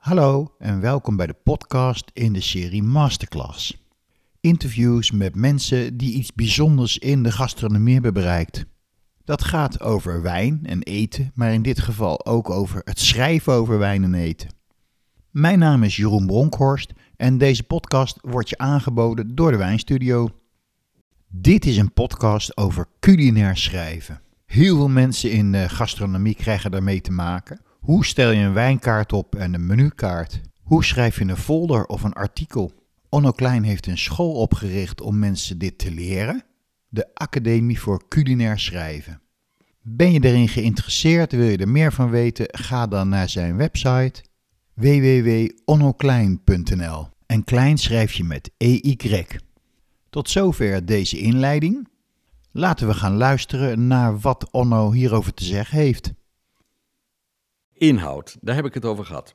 Hallo en welkom bij de podcast in de serie Masterclass. Interviews met mensen die iets bijzonders in de gastronomie hebben bereikt. Dat gaat over wijn en eten, maar in dit geval ook over het schrijven over wijn en eten. Mijn naam is Jeroen Bronkhorst en deze podcast wordt je aangeboden door de Wijnstudio. Dit is een podcast over culinair schrijven. Heel veel mensen in de gastronomie krijgen daarmee te maken. Hoe stel je een wijnkaart op en een menukaart? Hoe schrijf je een folder of een artikel? Onno Klein heeft een school opgericht om mensen dit te leren. De Academie voor Culinair Schrijven. Ben je erin geïnteresseerd? Wil je er meer van weten? Ga dan naar zijn website www.onnoklein.nl. En Klein schrijf je met EY. Tot zover deze inleiding. Laten we gaan luisteren naar wat Onno hierover te zeggen heeft. Inhoud, daar heb ik het over gehad.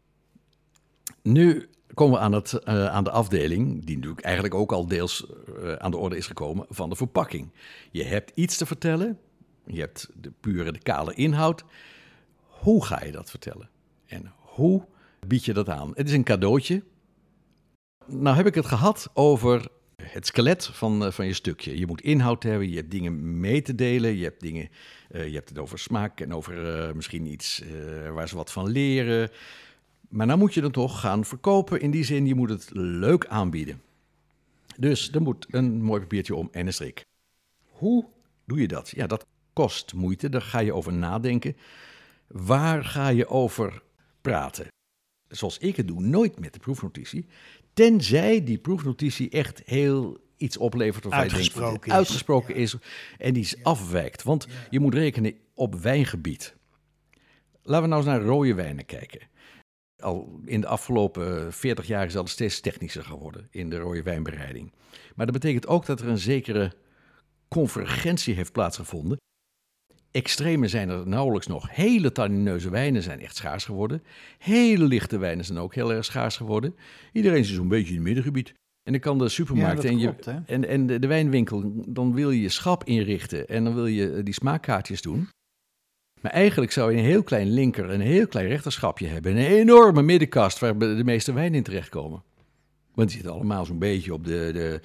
Nu komen we aan de afdeling, die natuurlijk eigenlijk ook al deels aan de orde is gekomen, van de verpakking. Je hebt iets te vertellen, je hebt de kale inhoud. Hoe ga je dat vertellen? En hoe bied je dat aan? Het is een cadeautje. Nou heb ik het gehad over het skelet van je stukje. Je moet inhoud hebben, je hebt dingen mee te delen, je hebt het over smaak en over misschien iets waar ze wat van leren. Maar dan moet je het toch gaan verkopen. In die zin, je moet het leuk aanbieden. Dus er moet een mooi papiertje om en een strik. Hoe doe je dat? Ja, dat kost moeite, daar ga je over nadenken. Waar ga je over praten? Zoals ik het doe, nooit met de proefnotitie. Tenzij die proefnotitie echt heel iets oplevert of uitgesproken is en die afwijkt. Want je moet rekenen op wijngebied. Laten we nou eens naar rode wijnen kijken. Al in de afgelopen 40 jaar is dat steeds technischer geworden in de rode wijnbereiding. Maar dat betekent ook dat er een zekere convergentie heeft plaatsgevonden. Extremen zijn er nauwelijks nog. Hele tannineuze wijnen zijn echt schaars geworden. Hele lichte wijnen zijn ook heel erg schaars geworden. Iedereen is zo'n beetje in het middengebied. En dan kan de supermarkt en de wijnwinkel, dan wil je je schap inrichten en dan wil je die smaakkaartjes doen. Maar eigenlijk zou je een heel klein linker en een heel klein rechterschapje hebben. Een enorme middenkast waar de meeste wijnen in terechtkomen. Want die zitten allemaal zo'n beetje op de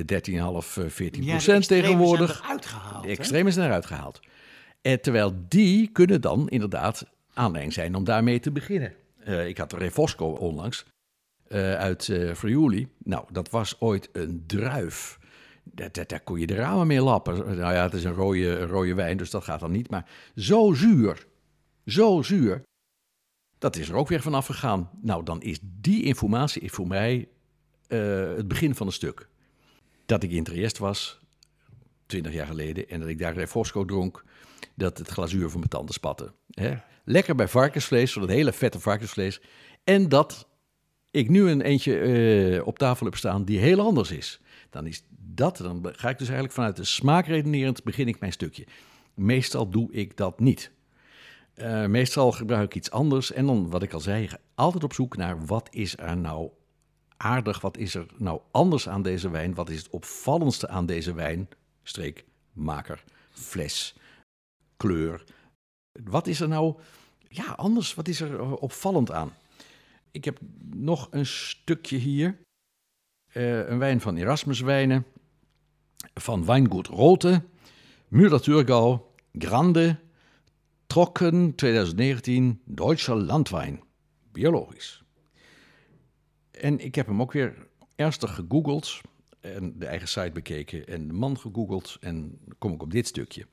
13,5-14% tegenwoordig. De extremen zijn eruit gehaald. Terwijl die kunnen dan inderdaad aanleiding zijn om daarmee te beginnen. Ik had de Refosco onlangs uit Friuli. Nou, dat was ooit een druif. Daar kon je de ramen mee lappen. Nou ja, het is een rode wijn, dus dat gaat dan niet. Maar zo zuur, dat is er ook weer vanaf gegaan. Nou, dan is die informatie voor mij het begin van een stuk. Dat ik in Triest was, 20 jaar geleden, en dat ik daar Refosco dronk, dat het glazuur van mijn tanden spatte. Hè? Lekker bij varkensvlees, van dat hele vette varkensvlees. En dat ik nu een eentje op tafel heb staan die heel anders is. Dan ga ik dus eigenlijk vanuit de smaak redenerend begin ik mijn stukje. Meestal doe ik dat niet. Meestal gebruik ik iets anders. En dan, wat ik al zei, altijd op zoek naar wat is er nou aardig, wat is er nou anders aan deze wijn, wat is het opvallendste aan deze wijn, streek, maker, fles, kleur. Wat is er nou anders, wat is er opvallend aan? Ik heb nog een stukje hier. Een wijn van Erasmus Wijnen, van Weingut Rothe, Müller-Thurgau, Grande, Trocken 2019, Deutscher Landwein, biologisch. En ik heb hem ook weer ernstig gegoogeld en de eigen site bekeken en de man gegoogeld en dan kom ik op dit stukje.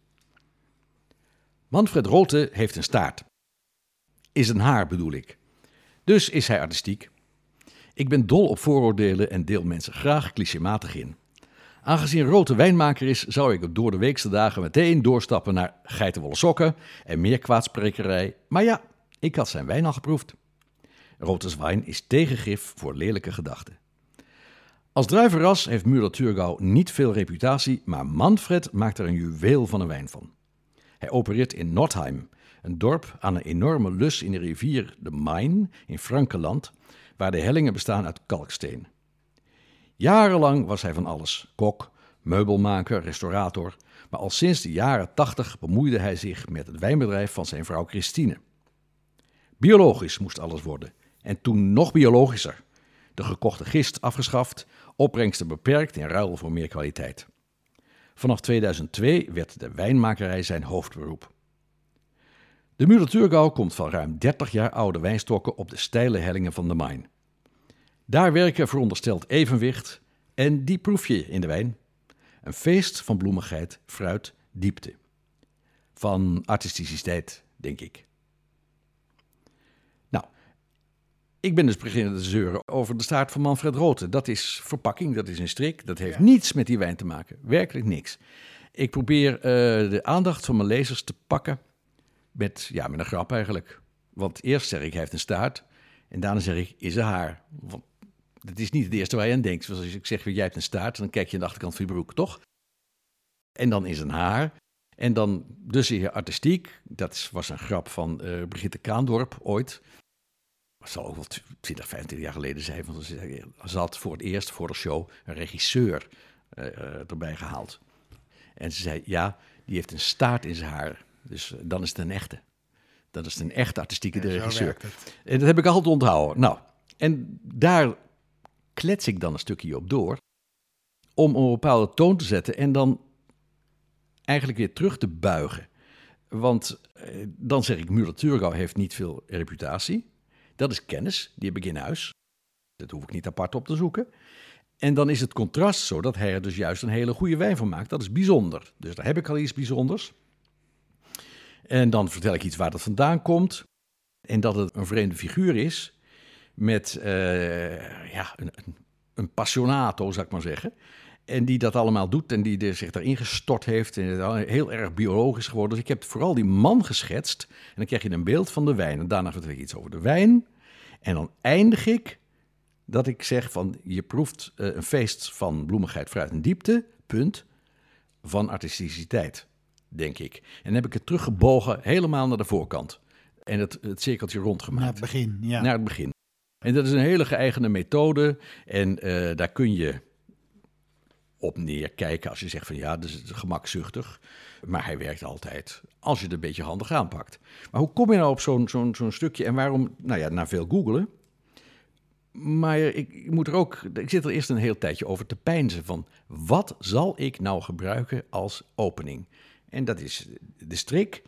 Manfred Rothe heeft een staart. Is een haar bedoel ik. Dus is hij artistiek. Ik ben dol op vooroordelen en deel mensen graag clichématig in. Aangezien Rothe wijnmaker is, zou ik door de weekse dagen meteen doorstappen naar geitenwolle sokken en meer kwaadsprekerij. Maar ja, ik had zijn wijn al geproefd. Rothe's wijn is tegengif voor lelijke gedachten. Als druivenras heeft Müller-Thurgau niet veel reputatie, maar Manfred maakt er een juweel van een wijn van. Hij opereert in Nordheim, een dorp aan een enorme lus in de rivier de Main in Frankenland, waar de hellingen bestaan uit kalksteen. Jarenlang was hij van alles, kok, meubelmaker, restaurator, maar al sinds de jaren 80 bemoeide hij zich met het wijnbedrijf van zijn vrouw Christine. Biologisch moest alles worden, En toen nog biologischer. De gekochte gist afgeschaft, opbrengsten beperkt in ruil voor meer kwaliteit. Vanaf 2002 werd de wijnmakerij zijn hoofdberoep. De Müller-Thurgau komt van ruim 30 jaar oude wijnstokken op de steile hellingen van de Main. Daar werken verondersteld evenwicht en die proef je in de wijn. Een feest van bloemigheid, fruit, diepte. Van artisticiteit, denk ik. Nou, ik ben dus beginnen te zeuren over de staart van Manfred Rothe. Dat is verpakking, dat is een strik, dat heeft niets met die wijn te maken. Werkelijk niks. Ik probeer de aandacht van mijn lezers te pakken met een grap eigenlijk. Want eerst zeg ik, hij heeft een staart. En daarna zeg ik, is er haar. Want dat is niet het eerste waar je aan denkt. Zoals als ik zeg, jij hebt een staart, dan kijk je aan de achterkant van je broek, toch? En dan is een haar. En dan dus hier artistiek. Dat was een grap van Brigitte Kaandorp ooit. Dat zal ook wel 20, 25 jaar geleden zijn. Want ze had voor het eerst voor de show een regisseur erbij gehaald. En ze zei, ja, die heeft een staart in zijn haar. Dus dan is het een echte. Dat is een echte artistieke regisseur. En dat heb ik altijd onthouden. Nou, en daar klets ik dan een stukje op door. Om een bepaalde toon te zetten en dan eigenlijk weer terug te buigen. Want dan zeg ik, Müller-Thurgau heeft niet veel reputatie. Dat is kennis, die heb ik in huis. Dat hoef ik niet apart op te zoeken. En dan is het contrast zo dat hij er dus juist een hele goede wijn van maakt. Dat is bijzonder. Dus daar heb ik al iets bijzonders. En dan vertel ik iets waar dat vandaan komt. En dat het een vreemde figuur is. Met een passionato, zou ik maar zeggen. En die dat allemaal doet en die zich daarin gestort heeft. En het is heel erg biologisch geworden. Dus ik heb vooral die man geschetst. En dan krijg je een beeld van de wijn. En daarna vertel ik iets over de wijn. En dan eindig ik dat ik zeg van, je proeft een feest van bloemigheid, fruit en diepte. Punt. Van artisticiteit, denk ik. En dan heb ik het teruggebogen helemaal naar de voorkant. En het cirkeltje rondgemaakt. Naar het begin, ja. Naar het begin. En dat is een hele geëigende methode. En daar kun je op neerkijken als je zegt van ja, dat is gemakzuchtig. Maar hij werkt altijd als je het een beetje handig aanpakt. Maar hoe kom je nou op zo'n stukje en waarom? Nou ja, na veel googlen. Maar ik zit er eerst een heel tijdje over te peinzen van wat zal ik nou gebruiken als opening? En dat is de strik.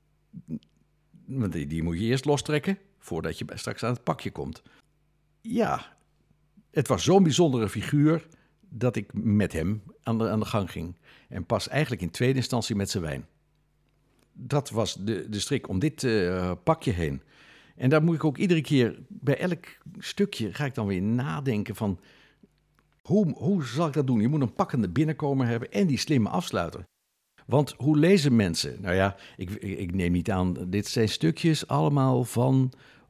Want die moet je eerst lostrekken voordat je straks aan het pakje komt. Ja, het was zo'n bijzondere figuur dat ik met hem aan de gang ging. En pas eigenlijk in tweede instantie met zijn wijn. Dat was de strik om dit pakje heen. En daar moet ik ook iedere keer, bij elk stukje ga ik dan weer nadenken van hoe zal ik dat doen? Je moet een pakkende binnenkomer hebben en die slimme afsluiter. Want hoe lezen mensen? Nou ja, ik neem niet aan, dit zijn stukjes allemaal van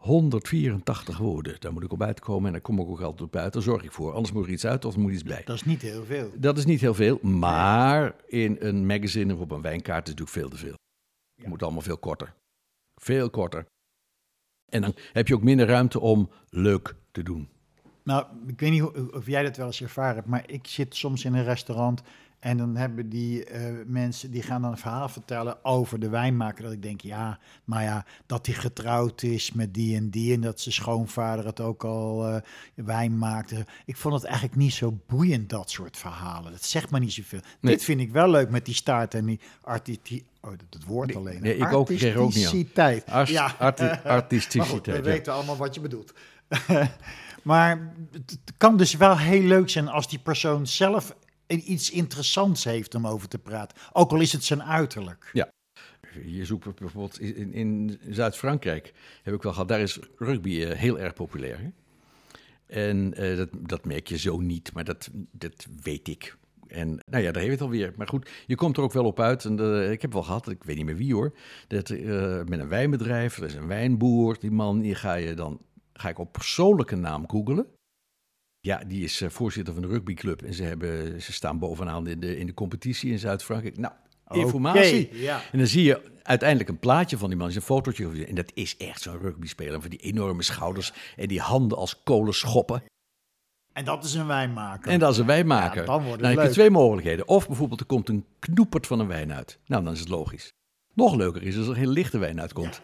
184 woorden. Daar moet ik op uitkomen en daar kom ik ook altijd op uit. Daar zorg ik voor, anders moet er iets uit of er moet iets bij. Dat is niet heel veel. Dat is niet heel veel, maar in een magazine of op een wijnkaart is het natuurlijk veel te veel. Het moet allemaal veel korter. Veel korter. En dan heb je ook minder ruimte om leuk te doen. Nou, ik weet niet of jij dat wel eens ervaren hebt, maar ik zit soms in een restaurant en dan hebben die mensen, die gaan dan een verhaal vertellen over de wijnmaker. Dat ik denk, dat hij getrouwd is met die en dat zijn schoonvader het ook al wijn maakte. Ik vond het eigenlijk niet zo boeiend, dat soort verhalen. Dat zegt maar niet zoveel. Nee. Dit vind ik wel leuk met die staart en die dat woord alleen. Nee, ik ook, kreeg ook niet aan. Artisticiteit. We weten allemaal wat je bedoelt. Maar het kan dus wel heel leuk zijn als die persoon zelf iets interessants heeft om over te praten. Ook al is het zijn uiterlijk. Ja. Je zoekt bijvoorbeeld in Zuid-Frankrijk, heb ik wel gehad, daar is rugby heel erg populair. Hè? En dat merk je zo niet, maar dat weet ik. En nou ja, daar heeft het alweer. Maar goed, je komt er ook wel op uit. En ik heb wel gehad, ik weet niet meer wie hoor, dat met een wijnbedrijf, er is een wijnboer, die man, die ga ik op persoonlijke naam googlen. Ja, die is voorzitter van de rugbyclub en ze staan bovenaan in de competitie in Zuid-Frankrijk. Nou, informatie. Okay, ja. En dan zie je uiteindelijk een plaatje van die man, een fotootje. En dat is echt zo'n rugbyspeler, van die enorme schouders en die handen als kolenschoppen. En dat is een wijnmaker. En dat is een wijnmaker. Ja, dan wordt het heb leuk. je twee mogelijkheden. Of bijvoorbeeld er komt een knoepert van een wijn uit. Nou, dan is het logisch. Nog leuker is als er een heel lichte wijn uitkomt.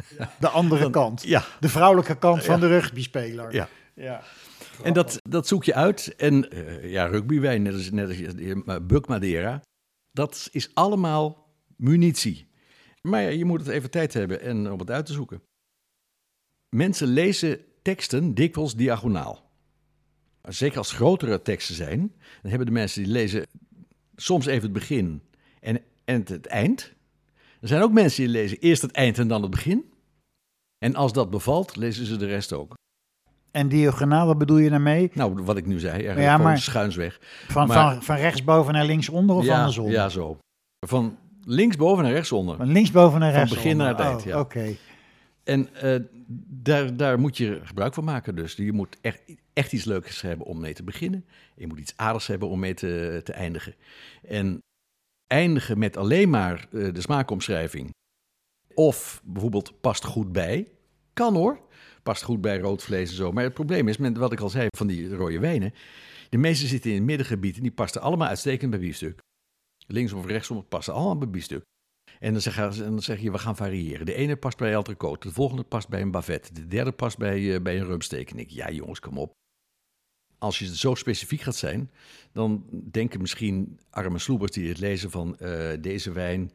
De andere kant. Ja. De vrouwelijke kant van de rugbyspeler. Ja. Ja. En dat zoek je uit. En rugbywijn, net als Buck Madeira, dat is allemaal munitie. Maar ja, je moet het even tijd hebben en om het uit te zoeken. Mensen lezen teksten dikwijls diagonaal. Zeker als grotere teksten zijn, dan hebben de mensen die lezen soms even het begin en het eind. Er zijn ook mensen die lezen eerst het eind en dan het begin. En als dat bevalt, lezen ze de rest ook. En diagonaal, wat bedoel je daarmee? Nou, wat ik nu zei, eigenlijk Ja, gewoon maar- schuinsweg. Van rechtsboven naar linksonder of andersom? Ja, zo. Van linksboven naar rechtsonder. Van linksboven naar Van rechtsonder. begin naar het eind, ja. Oké. En daar moet je gebruik van maken. Dus je moet echt iets leuks hebben om mee te beginnen. Je moet iets aardigs hebben om mee te eindigen. En eindigen met alleen maar de smaakomschrijving. Of bijvoorbeeld past goed bij. Kan hoor. Past goed bij rood vlees en zo. Maar het probleem is, met wat ik al zei van die rode wijnen. De meeste zitten in het middengebied en die passen allemaal uitstekend bij biefstuk. Linksom of rechtsom passen allemaal bij biefstuk. En dan zeg je, we gaan variëren. De ene past bij entrecote, de volgende past bij een bavette, de derde past bij een rumsteak. En ik, ja jongens, kom op. Als je zo specifiek gaat zijn, dan denken misschien arme sloebers die het lezen van deze wijn,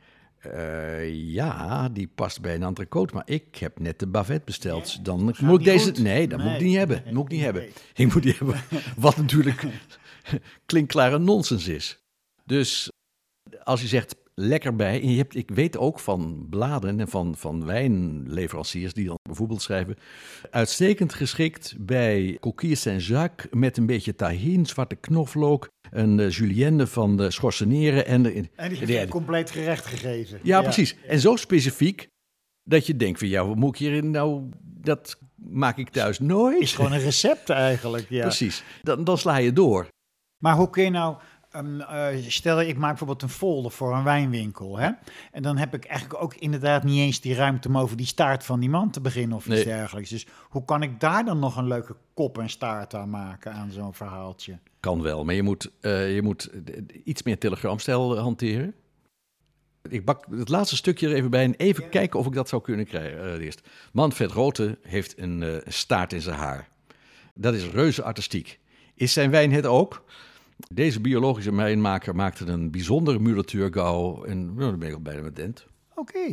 ja, die past bij een entrecote, maar ik heb net de bavette besteld. Ja, dan gaat moet ik niet deze, goed. nee, dat moet ik niet hebben. Nee, Moet ik niet hebben. nee. Ik moet die hebben. Wat natuurlijk klinkklare nonsens is. Dus als je zegt lekker bij, en ik weet ook van bladen en van wijnleveranciers die dan bijvoorbeeld schrijven, uitstekend geschikt bij coquille Saint-Jacques met een beetje tahin, zwarte knoflook, een julienne van de schorseneren en En die heeft je een compleet gerecht gegeven. ja, precies. En zo specifiek dat je denkt van, ja, wat moet ik hierin nou, dat maak ik thuis nooit. Is gewoon een recept eigenlijk, ja. Precies. Dan sla je door. Maar hoe kun je nou, stel ik maak bijvoorbeeld een folder voor een wijnwinkel, hè? En dan heb ik eigenlijk ook inderdaad niet eens die ruimte om over die staart van die man te beginnen of iets Nee. dergelijks. Dus hoe kan ik daar dan nog een leuke kop en staart aan maken aan zo'n verhaaltje? Kan wel, maar je moet iets meer telegramstijl hanteren. Ik bak het laatste stukje er even bij en even kijken of ik dat zou kunnen krijgen eerst. Manfred Rothe heeft een staart in zijn haar. Dat is reuze artistiek. Is zijn wijn het ook? Deze biologische wijnmaker maakte een bijzondere Müller-Thurgau en nou, dan ben ik al bijna met dent. Oké.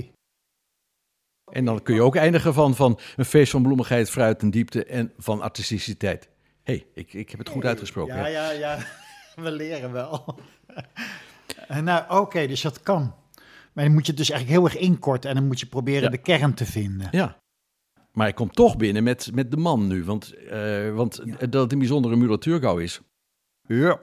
En dan kun je ook eindigen van een feest van bloemigheid, fruit en diepte en van artisticiteit. Hé, ik heb het goed uitgesproken. hè? Ja, we leren wel. Nou, oké, dus dat kan. Maar dan moet je het dus eigenlijk heel erg inkorten en dan moet je proberen Ja. de kern te vinden. Ja. Maar ik kom toch binnen met de man nu, want dat het een bijzondere Müller-Thurgau is. Ja.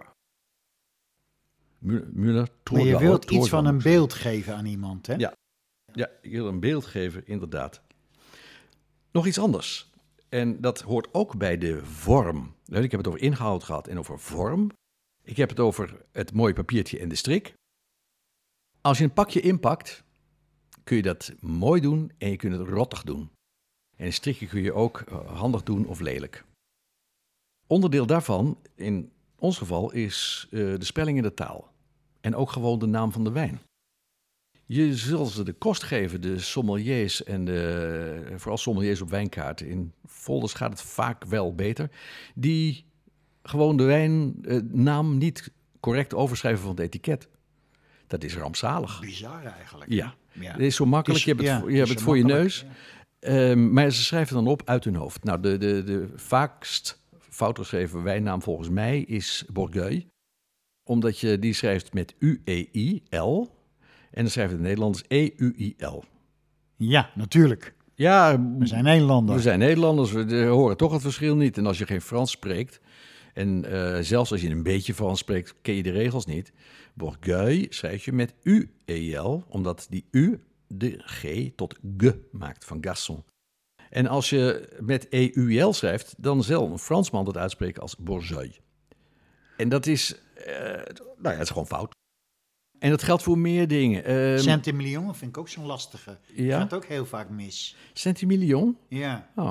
Müller-Thurgau. Maar je wilt Thurgau. iets van een beeld geven aan iemand, hè? Ja. Ja, ik wil een beeld geven, inderdaad. Nog iets anders. En dat hoort ook bij de vorm. Ik heb het over inhoud gehad en over vorm. Ik heb het over het mooie papiertje en de strik. Als je een pakje inpakt, kun je dat mooi doen en je kunt het rottig doen. En een strikje kun je ook handig doen of lelijk. Onderdeel daarvan, in ons geval, is de spelling in de taal. En ook gewoon de naam van de wijn. Je zult ze de kost geven, de sommeliers en vooral sommeliers op wijnkaarten. In folders gaat het vaak wel beter. Die gewoon de wijnnaam niet correct overschrijven van het etiket. Dat is rampzalig. Bizar eigenlijk. Ja, het is zo makkelijk. Het is- je hebt het, je hebt is het zo voor je makkelijk, neus. Maar ze schrijven dan op uit hun hoofd. Nou, de vaakst fout geschreven wijnnaam volgens mij is Bourgueil. Omdat je die schrijft met U-E-I-L. En dan schrijven de Nederlanders E-U-I-L. Ja, natuurlijk. Ja, We zijn Nederlanders. we zijn Nederlanders, we horen toch het verschil niet. En als je geen Frans spreekt, en zelfs als je een beetje Frans spreekt, ken je de regels niet. Bourgueil schrijf je met U-E-L, omdat die U de G tot G maakt, van garçon. En als je met E-U-I-L schrijft, dan zal een Fransman dat uitspreken als Bourgueil. En dat is, het is gewoon fout. En dat geldt voor meer dingen. Saint-Emilion vind ik ook zo'n lastige. Ja? Gaat ook heel vaak mis. Saint-Emilion? Ja. Oh.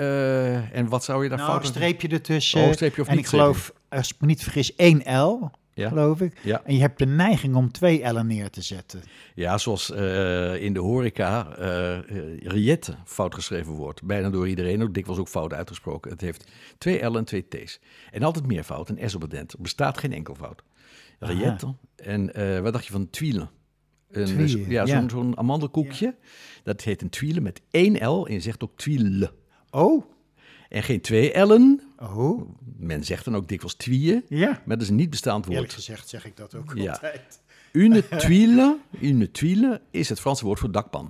En wat zou je daar Nou, fout een aan- streepje ertussen. Oh, streepje of en niet ik geloof, als ik me niet vergis, 1 L. Ja. geloof ik. Ja. En je hebt de neiging om 2 L'en neer te zetten. Ja, zoals in de horeca Riette fout geschreven wordt. Bijna door iedereen, ook dikwijls ook fout uitgesproken. Het heeft 2 L'en en 2 T's. En altijd meervoud, een S op het end. Er bestaat geen enkelvoud. Riette. En wat dacht je van tuile? Zo'n amandelkoekje. Ja. Dat heet een tuile met 1 L en je zegt ook tuile. Oh. En geen 2 L'en. Oh. Men zegt dan ook dikwijls twieën, maar dat is een niet bestaand woord. Eerlijk gezegd zeg ik dat ook altijd. Une tuile is het Franse woord voor dakpan.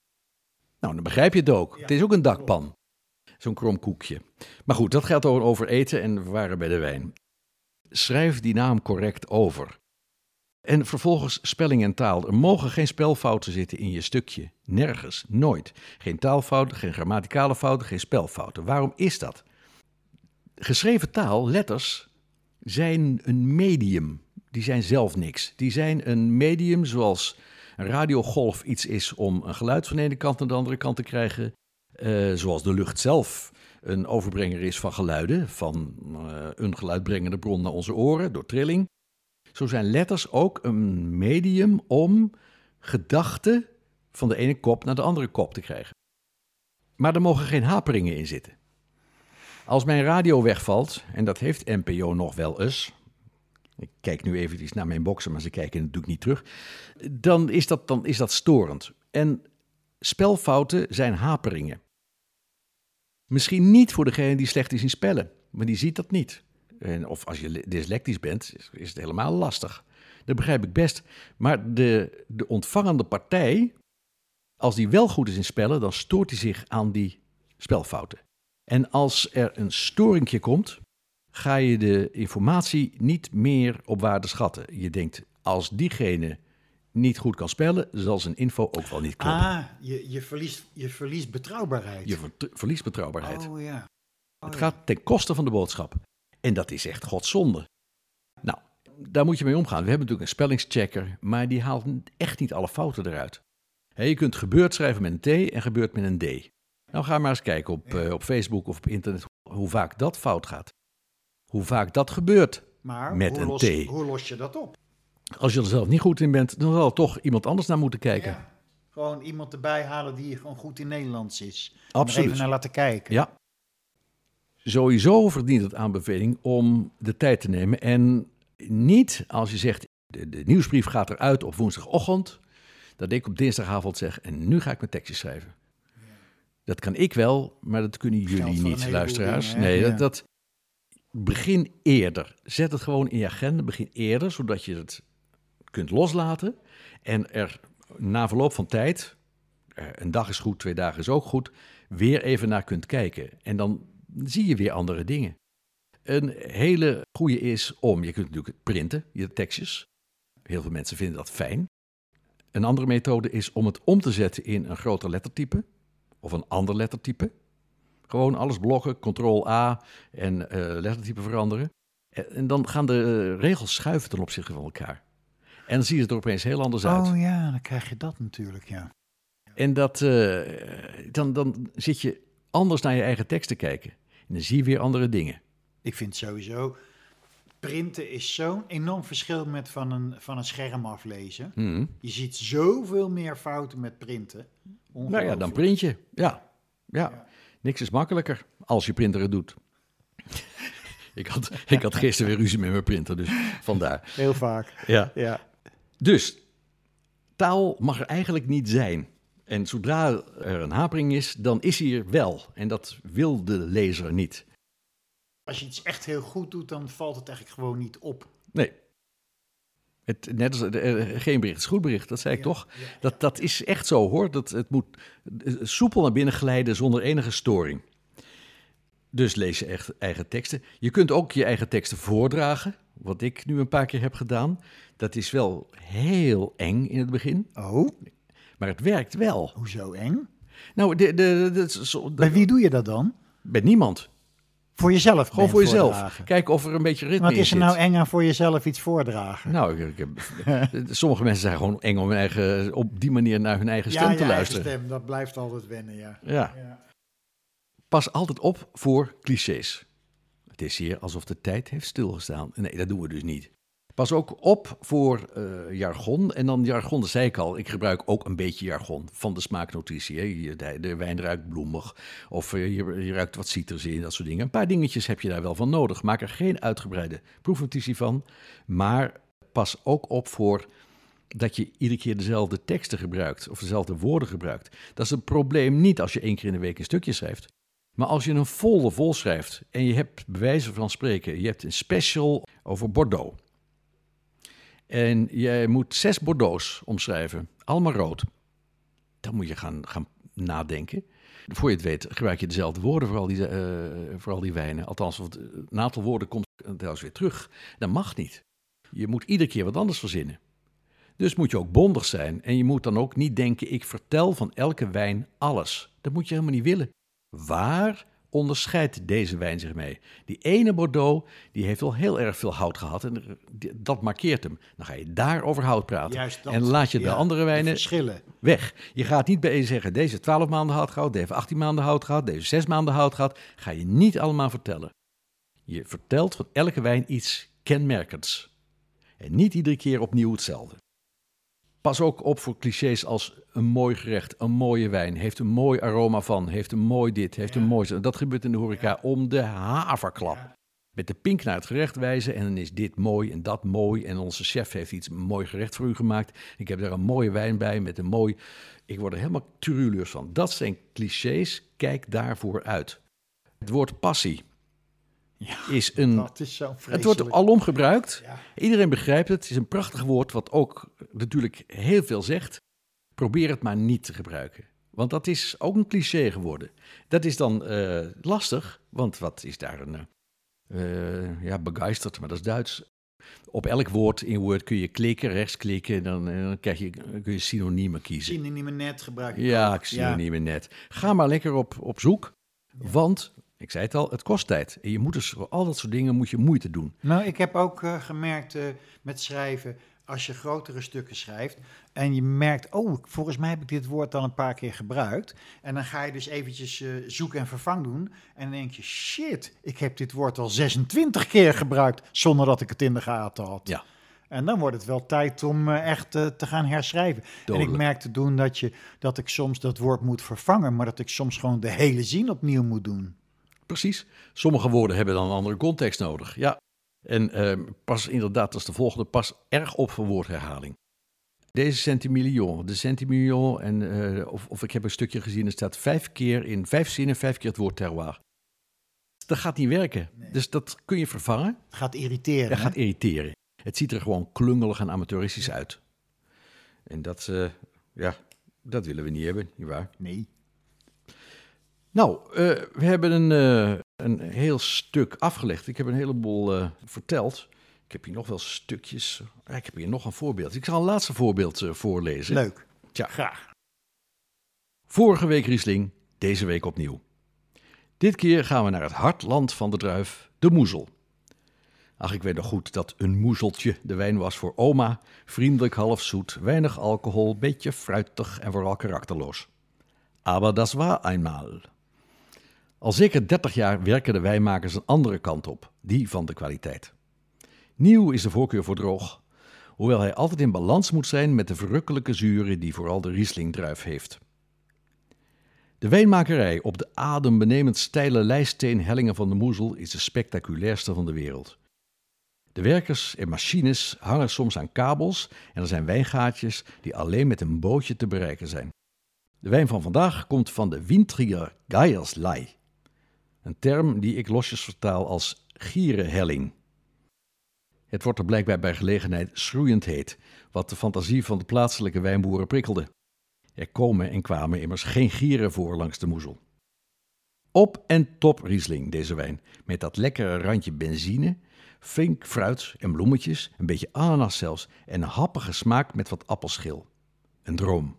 Nou, dan begrijp je het ook. Ja, het is ook een dakpan. Zo'n krom koekje. Maar goed, dat gaat over eten en we waren bij de wijn. Schrijf die naam correct over. En vervolgens spelling en taal. Er mogen geen spelfouten zitten in je stukje. Nergens, nooit. Geen taalfouten, geen grammaticale fouten, geen spelfouten. Waarom is dat? Geschreven taal, letters, zijn een medium. Die zijn zelf niks. Die zijn een medium zoals een radiogolf iets is om een geluid van de ene kant naar de andere kant te krijgen. Zoals de lucht zelf een overbrenger is van geluiden, van een geluidbrengende bron naar onze oren door trilling. Zo zijn letters ook een medium om gedachten van de ene kop naar de andere kop te krijgen. Maar er mogen geen haperingen in zitten. Als mijn radio wegvalt, en dat heeft NPO nog wel eens, ik kijk nu eventjes naar mijn boxen, maar ze kijken natuurlijk niet terug, dan is dat storend. En spelfouten zijn haperingen. Misschien niet voor degene die slecht is in spellen, maar die ziet dat niet. Of als je dyslectisch bent, is het helemaal lastig. Dat begrijp ik best. Maar de ontvangende partij, als die wel goed is in spellen, dan stoort hij zich aan die spelfouten. En als er een storingje komt, ga je de informatie niet meer op waarde schatten. Je denkt, als diegene niet goed kan spellen, zal zijn info ook wel niet kloppen. Je verliest betrouwbaarheid. Je verliest betrouwbaarheid. Oh ja. Het gaat ten koste van de boodschap. En dat is echt godzonde. Nou, daar moet je mee omgaan. We hebben natuurlijk een spellingschecker, maar die haalt echt niet alle fouten eruit. Je kunt gebeurd schrijven met een T en gebeurd met een D. Nou, ga maar eens kijken op Facebook of op internet hoe vaak dat fout gaat. Hoe vaak dat gebeurt met een T. Hoe los je dat op? Als je er zelf niet goed in bent, dan zal er toch iemand anders naar moeten kijken. Ja, gewoon iemand erbij halen die gewoon goed in Nederlands is. Absoluut. Even naar laten kijken. Ja. Sowieso verdient het aanbeveling om de tijd te nemen. En niet als je zegt, de nieuwsbrief gaat eruit op woensdagochtend, dat ik op dinsdagavond zeg, en nu ga ik mijn tekstje schrijven. Ja. Dat kan ik wel, maar dat kunnen jullie niet, luisteraars. Dingen, nee, dat begin eerder. Zet het gewoon in je agenda, begin eerder, zodat je het kunt loslaten. En er na verloop van tijd, een dag is goed, 2 dagen is ook goed, weer even naar kunt kijken. En dan zie je weer andere dingen. Een hele goede is je kunt natuurlijk printen, je tekstjes. Heel veel mensen vinden dat fijn. Een andere methode is om het om te zetten in een groter lettertype of een ander lettertype. Gewoon alles blokken, Ctrl-A en lettertype veranderen. En dan gaan de regels schuiven ten opzichte van elkaar. En dan ziet het er opeens heel anders uit. Oh ja, dan krijg je dat natuurlijk, ja. En dan zit je anders naar je eigen tekst te kijken. En dan zie je weer andere dingen. Ik vind sowieso, printen is zo'n enorm verschil met van een scherm aflezen. Mm. Je ziet zoveel meer fouten met printen. Nou ja, dan print je. Ja. Niks is makkelijker als je printer het doet. Ik had gisteren weer ruzie met mijn printer, dus vandaar. Heel vaak. Ja. Dus, taal mag er eigenlijk niet zijn. En zodra er een hapering is, dan is hij er wel. En dat wil de lezer niet. Als je iets echt heel goed doet, dan valt het eigenlijk gewoon niet op. Nee. Net als geen bericht is goed bericht, dat zei ik toch? Ja. Dat is echt zo, hoor. Het moet soepel naar binnen glijden zonder enige storing. Dus lees je echt eigen teksten. Je kunt ook je eigen teksten voordragen, wat ik nu een paar keer heb gedaan. Dat is wel heel eng in het begin. Oh? Maar het werkt wel. Hoezo eng? Nou, bij wie doe je dat dan? Bij niemand. Voor jezelf? Gewoon voor jezelf. Kijk of er een beetje ritme in zit. Wat is er nou eng aan voor jezelf iets voordragen? Nou, sommige mensen zijn gewoon eng om op die manier naar hun eigen stem te luisteren. Eigen stem, dat blijft altijd wennen, ja. Pas altijd op voor clichés. Het is hier alsof de tijd heeft stilgestaan. Nee, dat doen we dus niet. Pas ook op voor jargon. En dan jargon, dat zei ik al. Ik gebruik ook een beetje jargon van de smaaknotitie. Hè. De wijn ruikt bloemig. Of je ruikt wat citrus in, dat soort dingen. Een paar dingetjes heb je daar wel van nodig. Maak er geen uitgebreide proefnotitie van. Maar pas ook op voor dat je iedere keer dezelfde teksten gebruikt. Of dezelfde woorden gebruikt. Dat is een probleem niet als je 1 keer in de week een stukje schrijft. Maar als je een folder vol schrijft en je hebt, bij wijze van spreken, je hebt een special over Bordeaux. En jij moet 6 Bordeaux's omschrijven, allemaal rood. Dan moet je gaan nadenken. Voor je het weet gebruik je dezelfde woorden voor al die wijnen. Althans, een aantal woorden komt trouwens weer terug. Dat mag niet. Je moet iedere keer wat anders verzinnen. Dus moet je ook bondig zijn. En je moet dan ook niet denken, ik vertel van elke wijn alles. Dat moet je helemaal niet willen. Waar onderscheidt deze wijn zich mee? Die ene Bordeaux, die heeft wel heel erg veel hout gehad en dat markeert hem. Dan ga je daar over hout praten. Juist dat. En laat je de andere wijnen verschillen weg. Je gaat niet bij zeggen, deze 12 maanden hout gehad, deze 18 maanden hout gehad, deze 6 maanden hout gehad. Ga je niet allemaal vertellen. Je vertelt van elke wijn iets kenmerkends. En niet iedere keer opnieuw hetzelfde. Pas ook op voor clichés als een mooi gerecht, een mooie wijn, heeft een mooi aroma van, heeft een mooi dit, heeft een mooi... Dat gebeurt in de horeca om de haverklap. Ja. Met de pink naar het gerecht wijzen en dan is dit mooi en dat mooi. En onze chef heeft iets mooi gerecht voor u gemaakt. Ik heb daar een mooie wijn bij met een mooi... Ik word er helemaal turuleus van. Dat zijn clichés, kijk daarvoor uit. Het woord passie. Ja, is een, dat is zo vreselijk. Het wordt alom gebruikt. Ja. Iedereen begrijpt het. Het is een prachtig woord wat ook natuurlijk heel veel zegt. Probeer het maar niet te gebruiken. Want dat is ook een cliché geworden. Dat is dan lastig, want wat is daar een... begeisterd, maar dat is Duits. Op elk woord in Word kun je klikken, rechtsklikken, dan kun je synoniemen kiezen. Synoniemen net gebruiken. Ja, synoniemen net. Ga maar lekker op zoek, want... Ik zei het al, het kost tijd. En je moet dus voor al dat soort dingen moet je moeite doen. Nou, ik heb ook gemerkt met schrijven, als je grotere stukken schrijft en je merkt, volgens mij heb ik dit woord al een paar keer gebruikt. En dan ga je dus eventjes zoek en vervang doen. En dan denk je, shit, ik heb dit woord al 26 keer gebruikt zonder dat ik het in de gaten had. Ja. En dan wordt het wel tijd om echt te gaan herschrijven. Dodelijk. En ik merkte toen dat ik soms dat woord moet vervangen, maar dat ik soms gewoon de hele zin opnieuw moet doen. Precies. Sommige woorden hebben dan een andere context nodig. Ja. En pas inderdaad, als de volgende, pas erg op voor woordherhaling. Deze centimillion, de centimillion, en of ik heb een stukje gezien, er staat 5 keer in 5 zinnen, 5 keer het woord terroir. Dat gaat niet werken. Nee. Dus dat kun je vervangen. Het gaat irriteren. Dat gaat irriteren. Het ziet er gewoon klungelig en amateuristisch uit. En dat willen we niet hebben, nietwaar? Nee. Nou, we hebben een heel stuk afgelegd. Ik heb een heleboel verteld. Ik heb hier nog wel stukjes. Ik heb hier nog een voorbeeld. Ik zal een laatste voorbeeld voorlezen. Leuk. Tja, graag. Vorige week Riesling, deze week opnieuw. Dit keer gaan we naar het hartland van de druif, de Moezel. Ach, ik weet nog goed dat een moezeltje de wijn was voor oma. Vriendelijk, half zoet, weinig alcohol, beetje fruitig en vooral karakterloos. Aber das war einmal. Al zeker 30 jaar werken de wijnmakers een andere kant op, die van de kwaliteit. Nieuw is de voorkeur voor droog, hoewel hij altijd in balans moet zijn met de verrukkelijke zuren die vooral de Riesling-druif heeft. De wijnmakerij op de adembenemend steile lijststeenhellingen van de Moezel is de spectaculairste van de wereld. De werkers en machines hangen soms aan kabels en er zijn wijngaatjes die alleen met een bootje te bereiken zijn. De wijn van vandaag komt van de Wintriger Geierslei, een term die ik losjes vertaal als gierenhelling. Het wordt er blijkbaar bij gelegenheid schroeiend heet, wat de fantasie van de plaatselijke wijnboeren prikkelde. Er kwamen immers geen gieren voor langs de Moezel. Op en top Riesling, deze wijn, met dat lekkere randje benzine, flink fruit en bloemetjes, een beetje ananas zelfs en een happige smaak met wat appelschil. Een droom.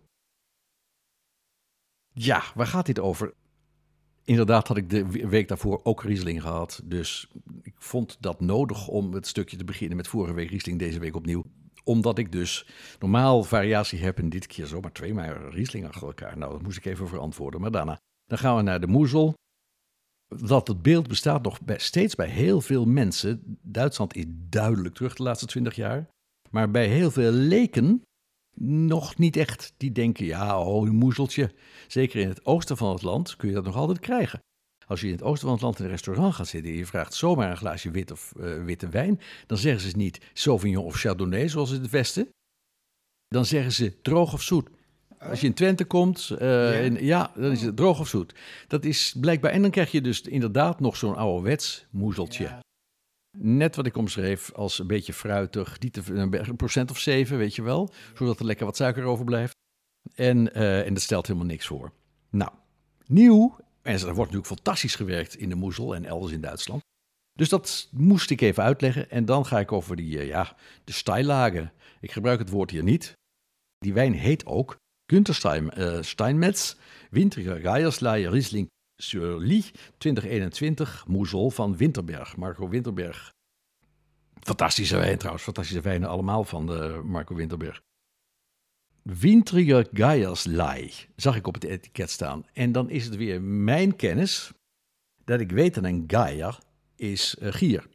Ja, waar gaat dit over? Inderdaad had ik de week daarvoor ook Riesling gehad, dus ik vond dat nodig om het stukje te beginnen met vorige week Riesling, deze week opnieuw. Omdat ik dus normaal variatie heb en dit keer zomaar 2 Riesling achter elkaar. Nou, dat moest ik even verantwoorden, maar daarna. Dan gaan we naar de Moezel. dat het beeld bestaat nog steeds bij heel veel mensen. Duitsland is duidelijk terug de laatste 20 jaar. Maar bij heel veel leken nog niet echt. Die denken, ja, een moezeltje. Zeker in het oosten van het land kun je dat nog altijd krijgen. Als je in het oosten van het land in een restaurant gaat zitten en je vraagt zomaar een glaasje wit of witte wijn, dan zeggen ze niet Sauvignon of Chardonnay zoals in het westen. Dan zeggen ze droog of zoet. Als je in Twente komt, dan is het droog of zoet. Dat is blijkbaar, en dan krijg je dus inderdaad nog zo'n ouderwets moezeltje. Ja. Net wat ik omschreef als een beetje fruitig, een procent of 7, weet je wel. Zodat er lekker wat suiker overblijft. En dat stelt helemaal niks voor. Nou, nieuw. En er wordt natuurlijk fantastisch gewerkt in de Moezel en elders in Duitsland. Dus dat moest ik even uitleggen. En dan ga ik over de stijllagen. Ik gebruik het woord hier niet. Die wijn heet ook Günther Steinmetz, Wintriger Geierslei Riesling sur Lie 2021, Moezel van Winterberg, Marco Winterberg. Fantastische wijn trouwens, fantastische wijnen allemaal van Marco Winterberg. Wintriger Geierslei zag ik op het etiket staan. En dan is het weer mijn kennis dat ik weet dat een Geier is gier.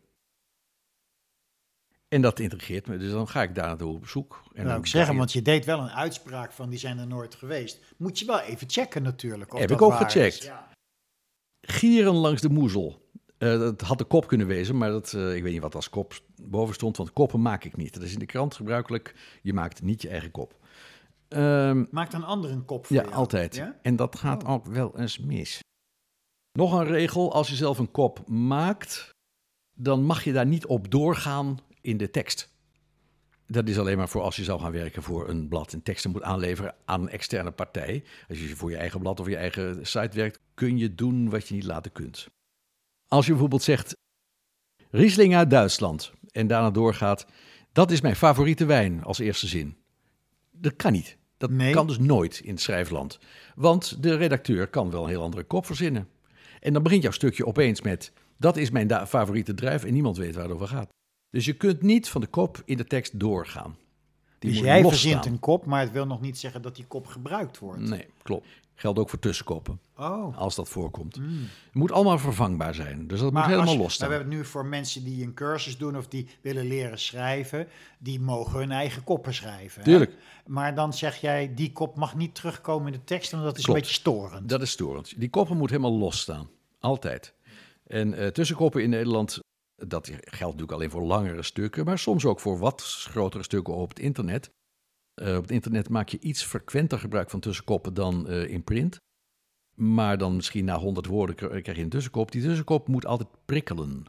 En dat intrigeert me, dus dan ga ik daar naartoe op zoek. En nou, ik zeggen, want je deed wel een uitspraak van die zijn er nooit geweest. Moet je wel even checken natuurlijk. Of heb dat ik ook waar gecheckt. Is. Ja. Gieren langs de Moezel. Dat had de kop kunnen wezen, maar ik weet niet wat als kop boven stond, want koppen maak ik niet. Dat is in de krant gebruikelijk, je maakt niet je eigen kop. Maakt een ander een kop voor ja, jou? Altijd. Ja? En dat gaat ook wel eens mis. Nog een regel, als je zelf een kop maakt, dan mag je daar niet op doorgaan in de tekst. Dat is alleen maar voor als je zou gaan werken voor een blad en teksten moet aanleveren aan een externe partij. Als je voor je eigen blad of je eigen site werkt, kun je doen wat je niet laten kunt. Als je bijvoorbeeld zegt, Riesling uit Duitsland en daarna doorgaat, dat is mijn favoriete wijn als eerste zin. Dat kan niet. Dat kan dus nooit in het schrijfland. Want de redacteur kan wel een heel andere kop verzinnen. En dan begint jouw stukje opeens met, dat is mijn favoriete druif en niemand weet waar het over gaat. Dus je kunt niet van de kop in de tekst doorgaan. Die dus moet jij losstaan. verzint een kop, maar het wil nog niet zeggen dat die kop gebruikt wordt. Nee, klopt. Geldt ook voor tussenkoppen. Oh. Als dat voorkomt. Het moet allemaal vervangbaar zijn. Dus dat Maar moet helemaal losstaan. We hebben het nu voor mensen die een cursus doen of die willen leren schrijven. Die mogen hun eigen koppen schrijven. Tuurlijk. Hè? Maar dan zeg jij, die kop mag niet terugkomen in de tekst, want dat is Klopt. een beetje storend. Dat is storend. Die koppen moeten helemaal losstaan. Altijd. En tussenkoppen in Nederland, dat geldt natuurlijk alleen voor langere stukken, maar soms ook voor wat grotere stukken op het internet. Op het internet maak je iets frequenter gebruik van tussenkoppen dan in print. Maar dan misschien na 100 woorden krijg je een tussenkop. Die tussenkop moet altijd prikkelen.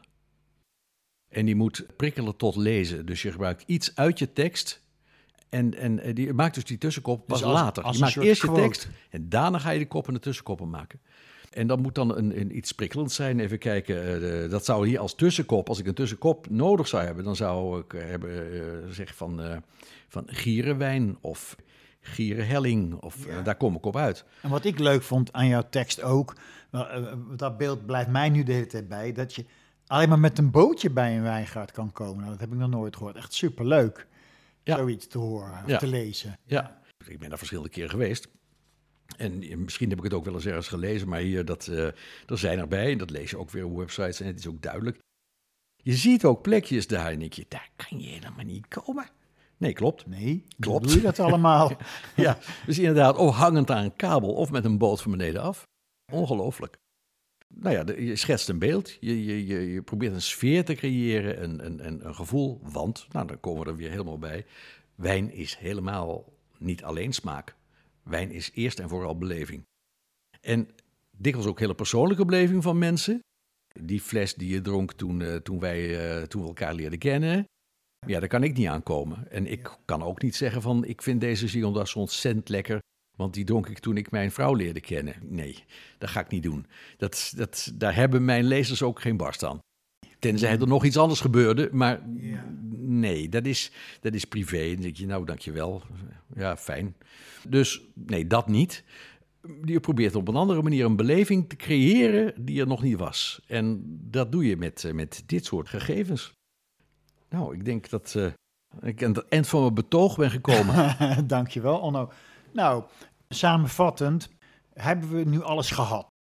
En die moet prikkelen tot lezen. Dus je gebruikt iets uit je tekst. En die maakt dus die tussenkop pas later. Je maakt eerst je tekst en daarna ga je de koppen en de tussenkoppen maken. En dat moet dan een iets prikkelends zijn. Even kijken, dat zou hier als tussenkop, als ik een tussenkop nodig zou hebben, dan zou ik zeggen van gierenwijn of gierenhelling, of daar kom ik op uit. En wat ik leuk vond aan jouw tekst ook, dat beeld blijft mij nu de hele tijd bij, dat je alleen maar met een bootje bij een wijngaard kan komen. Nou, dat heb ik nog nooit gehoord. Echt superleuk, zoiets te horen of te lezen. Ja, ik ben daar verschillende keren geweest. En misschien heb ik het ook wel eens ergens gelezen, maar hier, er zijn erbij. En dat lees je ook weer op websites en het is ook duidelijk. Je ziet ook plekjes daar en denk je, daar kan je helemaal niet komen. Nee, klopt. Nee, klopt. Doe je dat allemaal? Ja, dus inderdaad, hangend aan een kabel of met een boot van beneden af. Ongelooflijk. Nou ja, je schetst een beeld, je probeert een sfeer te creëren, een gevoel, want, nou dan komen we er weer helemaal bij, wijn is helemaal niet alleen smaak. Wijn is eerst en vooral beleving. En dikwijls ook hele persoonlijke beleving van mensen. Die fles die je dronk toen we elkaar leerden kennen, ja, daar kan ik niet aankomen. En ik kan ook niet zeggen van, ik vind deze Gigondas ontzettend lekker, want die dronk ik toen ik mijn vrouw leerde kennen. Nee, dat ga ik niet doen. Daar hebben mijn lezers ook geen barst aan. Tenzij er nog iets anders gebeurde, maar nee, dat is privé. Dan denk je, nou, dankjewel. Ja, fijn. Dus nee, dat niet. Je probeert op een andere manier een beleving te creëren die er nog niet was. En dat doe je met dit soort gegevens. Nou, ik denk dat ik aan het eind van mijn betoog ben gekomen. Dankjewel, Onno. Nou, samenvattend hebben we nu alles gehad.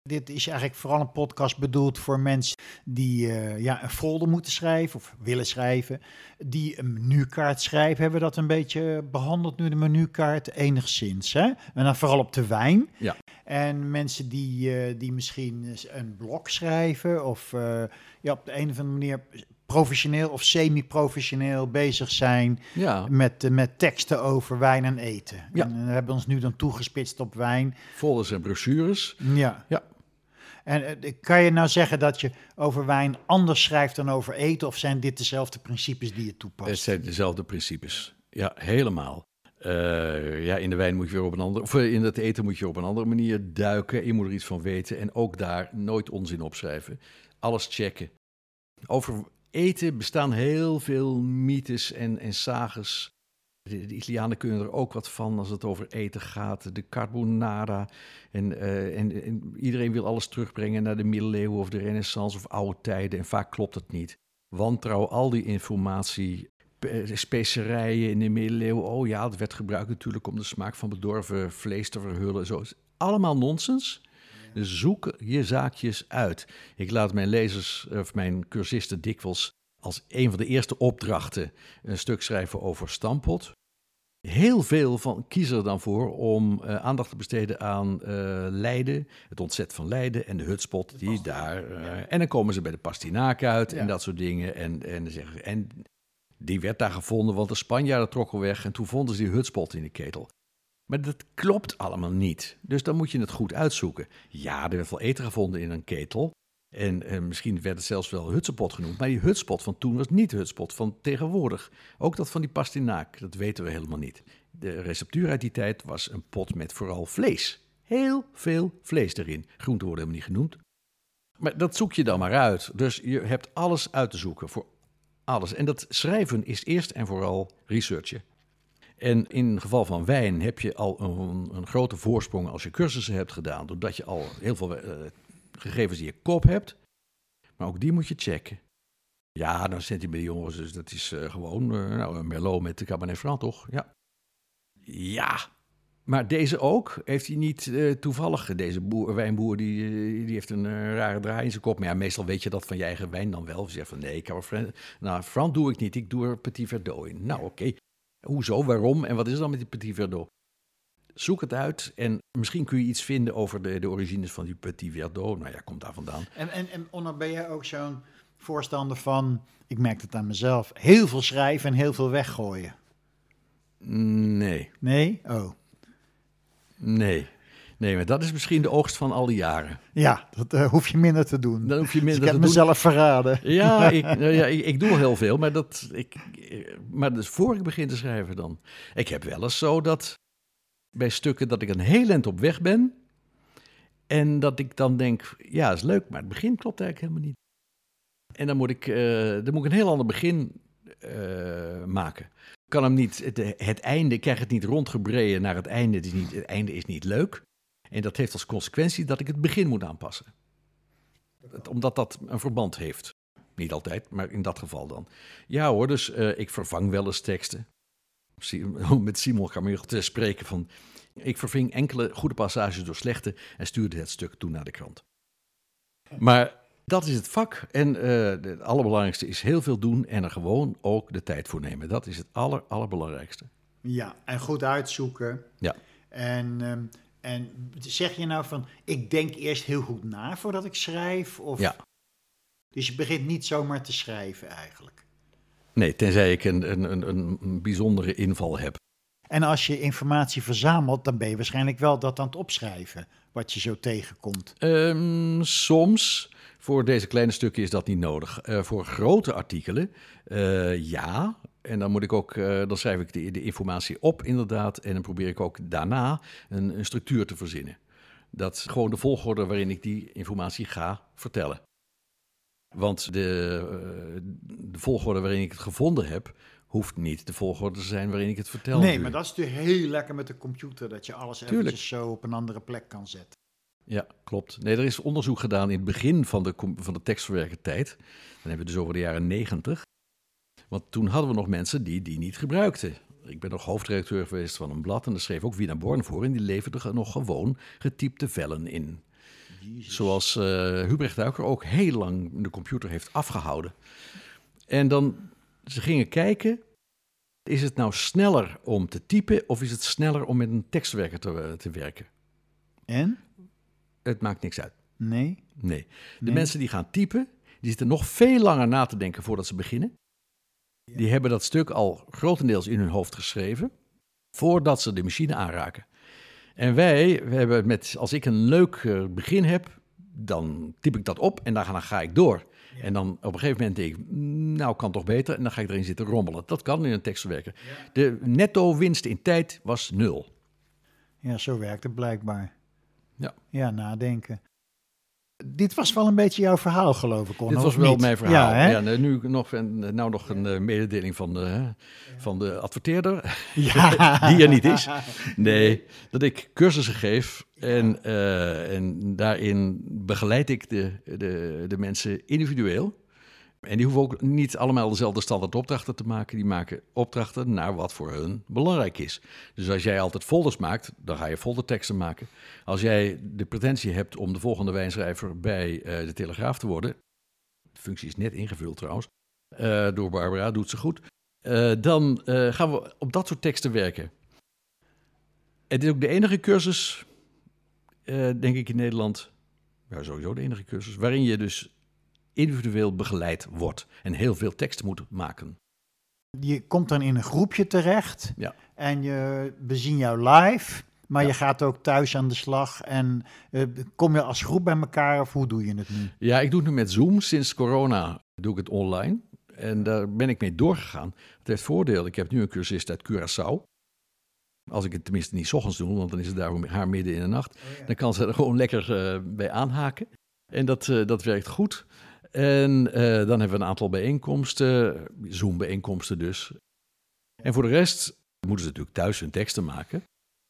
Dit is eigenlijk vooral een podcast bedoeld voor mensen die een folder moeten schrijven of willen schrijven. Die een menukaart schrijven. Hebben we dat een beetje behandeld nu, de menukaart? Enigszins. Hè? En dan vooral op de wijn. Ja. En mensen die misschien een blog schrijven of op de een of andere manier professioneel of semi-professioneel bezig zijn met teksten over wijn en eten. Ja. En we hebben ons nu dan toegespitst op wijn. Folders en brochures. Ja. En kan je nou zeggen dat je over wijn anders schrijft dan over eten? Of zijn dit dezelfde principes die je toepast? Het zijn dezelfde principes. Ja, helemaal. In de wijn moet je weer op een andere... Of in het eten moet je op een andere manier duiken. Je moet er iets van weten. En ook daar nooit onzin opschrijven. Alles checken. Over eten bestaan heel veel mythes en sages. De Italianen kunnen er ook wat van als het over eten gaat. De carbonara. En iedereen wil alles terugbrengen naar de middeleeuwen of de renaissance of oude tijden. En vaak klopt het niet. Wantrouw al die informatie. Specerijen in de middeleeuwen. Oh ja, het werd gebruikt natuurlijk om de smaak van bedorven vlees te verhullen. Zo. Allemaal nonsens. Dus zoek je zaakjes uit. Ik laat mijn lezers of mijn cursisten dikwijls als een van de eerste opdrachten een stuk schrijven over stampot. Heel veel van kiezen er dan voor om aandacht te besteden aan Leiden, het ontzet van Leiden en de hutspot die daar. En dan komen ze bij de pastinaak uit en dat soort dingen. En die werd daar gevonden, want de Spanjaarden trokken weg en toen vonden ze die hutspot in de ketel. Maar dat klopt allemaal niet. Dus dan moet je het goed uitzoeken. Ja, er werd wel eten gevonden in een ketel. En misschien werd het zelfs wel hutspot genoemd. Maar die hutspot van toen was niet de hutspot van tegenwoordig. Ook dat van die pastinaak, dat weten we helemaal niet. De receptuur uit die tijd was een pot met vooral vlees. Heel veel vlees erin. Groenten worden helemaal niet genoemd. Maar dat zoek je dan maar uit. Dus je hebt alles uit te zoeken voor alles. En dat schrijven is eerst en vooral researchen. En in het geval van wijn heb je al een grote voorsprong als je cursussen hebt gedaan, doordat je al heel veel gegevens in je kop hebt. Maar ook die moet je checken. Ja, dan zit je bij de jongens, dus dat is gewoon een Merlot met de Cabernet Franc, toch? Ja, maar deze ook. Heeft hij niet toevallig, deze wijnboer, die heeft een rare draai in zijn kop. Maar ja, meestal weet je dat van je eigen wijn dan wel. Je zegt van nee, Cabernet Franc doe ik niet, ik doe er Petit Verdot in. Nou, oké. Hoezo, waarom en wat is er dan met die Petit Verdot? Zoek het uit en misschien kun je iets vinden over de origines van die Petit Verdot. Nou ja, komt daar vandaan. En Onno, ben jij ook zo'n voorstander van, ik merk het aan mezelf, heel veel schrijven en heel veel weggooien? Nee. Nee? Oh. Nee, maar dat is misschien de oogst van al die jaren. Ja, dat hoef je minder te doen. Dan hoef je minder dus ik heb mezelf verraden. Ja, ik doe heel veel, maar dus voor ik begin te schrijven dan. Ik heb wel eens zo dat bij stukken dat ik een heel eind op weg ben en dat ik dan denk, ja, is leuk, maar het begin klopt eigenlijk helemaal niet. En dan moet ik een heel ander begin maken. Ik kan hem niet, het einde, ik krijg het niet rondgebreien naar het einde. Het einde is niet leuk. En dat heeft als consequentie dat ik het begin moet aanpassen. Omdat dat een verband heeft. Niet altijd, maar in dat geval dan. Ja hoor, dus ik vervang wel eens teksten. Met Simon gaan we te spreken van, ik verving enkele goede passages door slechte en stuurde het stuk toe naar de krant. Maar dat is het vak. En het allerbelangrijkste is heel veel doen en er gewoon ook de tijd voor nemen. Dat is het allerbelangrijkste. Ja, en goed uitzoeken. Ja. En zeg je nou van, ik denk eerst heel goed na voordat ik schrijf? Of... Ja. Dus je begint niet zomaar te schrijven eigenlijk? Nee, tenzij ik een bijzondere inval heb. En als je informatie verzamelt, dan ben je waarschijnlijk wel dat aan het opschrijven, wat je zo tegenkomt. Soms, voor deze kleine stukken is dat niet nodig. Voor grote artikelen, ja. En dan moet ik ook, dan schrijf ik de informatie op inderdaad. En dan probeer ik ook daarna een structuur te verzinnen. Dat is gewoon de volgorde waarin ik die informatie ga vertellen. Want de volgorde waarin ik het gevonden heb, hoeft niet de volgorde te zijn waarin ik het vertel. Nee, maar dat is natuurlijk heel lekker met de computer, dat je alles eventjes zo op een andere plek kan zetten. Ja, klopt. Nee, er is onderzoek gedaan in het begin van de tekstverwerkertijd. Dan hebben we dus over de jaren 90. Want toen hadden we nog mensen die niet gebruikten. Ik ben nog hoofdredacteur geweest van een blad en daar schreef ook Wiener Born voor. En die leverde nog gewoon getypte vellen in. Zoals Hubrecht Duiker ook heel lang de computer heeft afgehouden. En dan, ze gingen kijken, is het nou sneller om te typen of is het sneller om met een tekstwerker te werken? En? Het maakt niks uit. Nee. De mensen die gaan typen, die zitten nog veel langer na te denken voordat ze beginnen. Ja. Die hebben dat stuk al grotendeels in hun hoofd geschreven, voordat ze de machine aanraken. En we hebben als ik een leuk begin heb, dan typ ik dat op en dan ga ik door. Ja. En dan op een gegeven moment denk ik, nou kan toch beter, en dan ga ik erin zitten rommelen. Dat kan in een tekstverwerker. Ja. De netto winst in tijd was 0. Ja, zo werkt het blijkbaar. Ja. Ja, nadenken. Dit was wel een beetje jouw verhaal, geloof ik. Dit was wel mijn verhaal. Ja, ja, nu nog een mededeling van de adverteerder, ja. die er niet is. Nee, dat ik cursussen geef en daarin begeleid ik de mensen individueel. En die hoeven ook niet allemaal dezelfde standaard opdrachten te maken. Die maken opdrachten naar wat voor hun belangrijk is. Dus als jij altijd folders maakt, dan ga je folderteksten maken. Als jij de pretentie hebt om de volgende wijnschrijver bij de Telegraaf te worden, de functie is net ingevuld trouwens, door Barbara, doet ze goed, dan gaan we op dat soort teksten werken. Het is ook de enige cursus, denk ik in Nederland, ja, sowieso de enige cursus, waarin je dus individueel begeleid wordt en heel veel teksten moet maken. Je komt dan in een groepje terecht en we zien jou live, maar je gaat ook thuis aan de slag en kom je als groep bij elkaar of hoe doe je het nu? Ja, ik doe het nu met Zoom. Sinds corona doe ik het online en daar ben ik mee doorgegaan. Het heeft voordeel, ik heb nu een cursist uit Curaçao. Als ik het tenminste niet 's ochtends doe, want dan is het daar haar midden in de nacht. Dan kan ze er gewoon lekker bij aanhaken en dat werkt goed. En dan hebben we een aantal bijeenkomsten, Zoom-bijeenkomsten dus. En voor de rest moeten ze natuurlijk thuis hun teksten maken.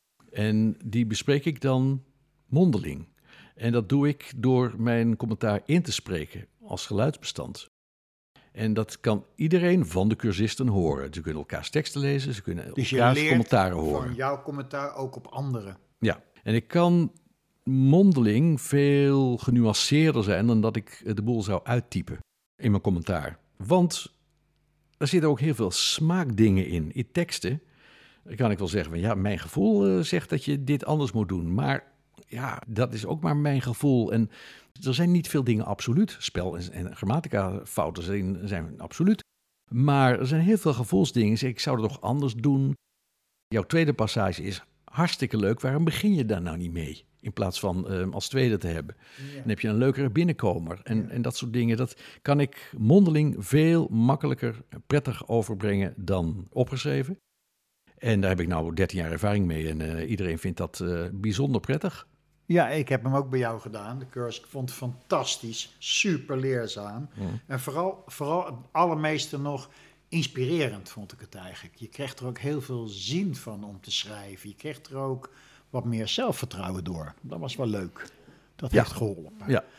En die bespreek ik dan mondeling. En dat doe ik door mijn commentaar in te spreken als geluidsbestand. En dat kan iedereen van de cursisten horen. Ze kunnen elkaars teksten lezen, ze kunnen elkaars commentaren horen. Van jouw commentaar ook op anderen. Ja, en ik kan mondeling veel genuanceerder zijn dan dat ik de boel zou uittypen in mijn commentaar. Want er zitten ook heel veel smaakdingen in teksten. Dan kan ik wel zeggen van ja, mijn gevoel zegt dat je dit anders moet doen. Maar ja, dat is ook maar mijn gevoel. En er zijn niet veel dingen absoluut. Spel- en grammatica fouten zijn absoluut. Maar er zijn heel veel gevoelsdingen. Ik zou het toch anders doen. Jouw tweede passage is hartstikke leuk. Waarom begin je daar nou niet mee? In plaats van als tweede te hebben. Ja. Dan heb je een leukere binnenkomer. En dat soort dingen, dat kan ik mondeling veel makkelijker, prettig overbrengen dan opgeschreven. En daar heb ik nou 13 jaar ervaring mee. En iedereen vindt dat bijzonder prettig. Ja, ik heb hem ook bij jou gedaan. De cursus, ik vond het fantastisch. Super leerzaam. En vooral het allermeeste nog inspirerend vond ik het eigenlijk. Je kreeg er ook heel veel zin van om te schrijven. Je kreeg er ook wat meer zelfvertrouwen door. Dat was wel leuk. Dat heeft geholpen.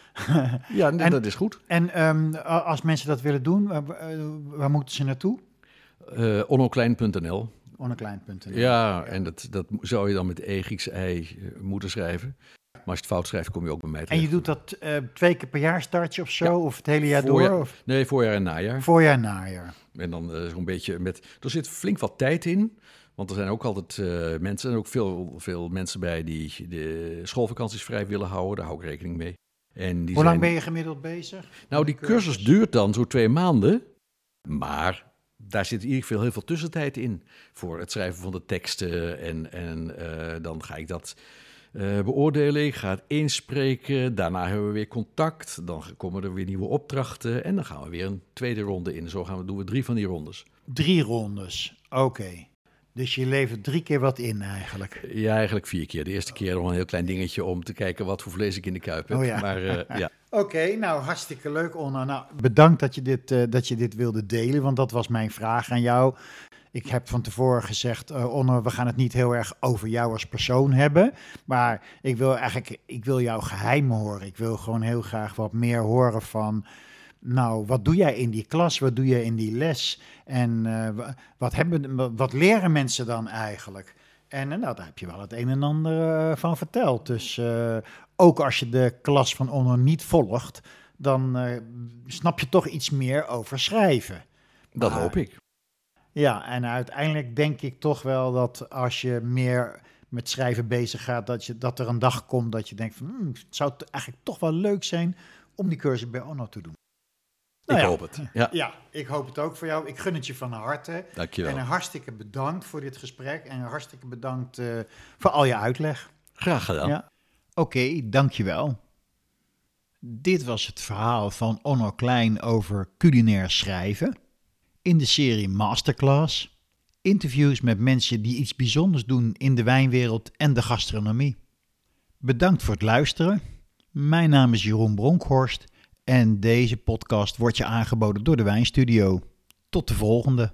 Ja, dat is goed. En als mensen dat willen doen, waar moeten ze naartoe? Onnoklein.nl. Onnoklein.nl. Ja, en dat zou je dan met E-Grieks-I moeten schrijven. Maar als je het fout schrijft, kom je ook bij mij terecht. En je doet dat 2 keer per jaar start je of zo? Ja. Of het hele jaar door? Of? Nee, voorjaar en najaar. Voorjaar en najaar. En dan zo'n beetje er zit flink wat tijd in. Want er zijn ook altijd mensen en ook veel mensen bij die de schoolvakanties vrij willen houden. Daar hou ik rekening mee. En Hoe lang ben je gemiddeld bezig? Nou, die cursus duurt dan zo 2 maanden. Maar daar zit in ieder geval heel veel tussentijd in. Voor het schrijven van de teksten. En dan ga ik dat beoordelen. Ik ga het inspreken. Daarna hebben we weer contact. Dan komen er weer nieuwe opdrachten. En dan gaan we weer een tweede ronde in. Zo doen we 3 van die rondes. 3 rondes, oké. Dus je levert 3 keer wat in eigenlijk? Ja, eigenlijk 4 keer. De eerste keer nog een heel klein dingetje om te kijken wat voor vlees ik in de kuip heb. Oh ja. Maar ja. Oké, nou hartstikke leuk, Onno. Nou, bedankt dat je dit wilde delen, want dat was mijn vraag aan jou. Ik heb van tevoren gezegd, Onno, we gaan het niet heel erg over jou als persoon hebben. Maar ik wil jouw geheimen horen. Ik wil gewoon heel graag wat meer horen van, nou, wat doe jij in die klas? Wat doe je in die les? En wat leren mensen dan eigenlijk? En nou, daar heb je wel het een en ander van verteld. Dus ook als je de klas van Onno niet volgt, dan snap je toch iets meer over schrijven. Dat hoop ik. Ja, en uiteindelijk denk ik toch wel dat als je meer met schrijven bezig gaat, dat er een dag komt dat je denkt van, het zou eigenlijk toch wel leuk zijn om die cursus bij Onno te doen. Ik hoop het. Ja, ik hoop het ook voor jou. Ik gun het je van harte. Dankjewel. En hartstikke bedankt voor dit gesprek. En hartstikke bedankt voor al je uitleg. Graag gedaan. Ja. Oké, dankjewel. Dit was het verhaal van Onno Klein over culinair schrijven. In de serie Masterclass. Interviews met mensen die iets bijzonders doen in de wijnwereld en de gastronomie. Bedankt voor het luisteren. Mijn naam is Jeroen Bronkhorst. En deze podcast wordt je aangeboden door de Wijnstudio. Tot de volgende.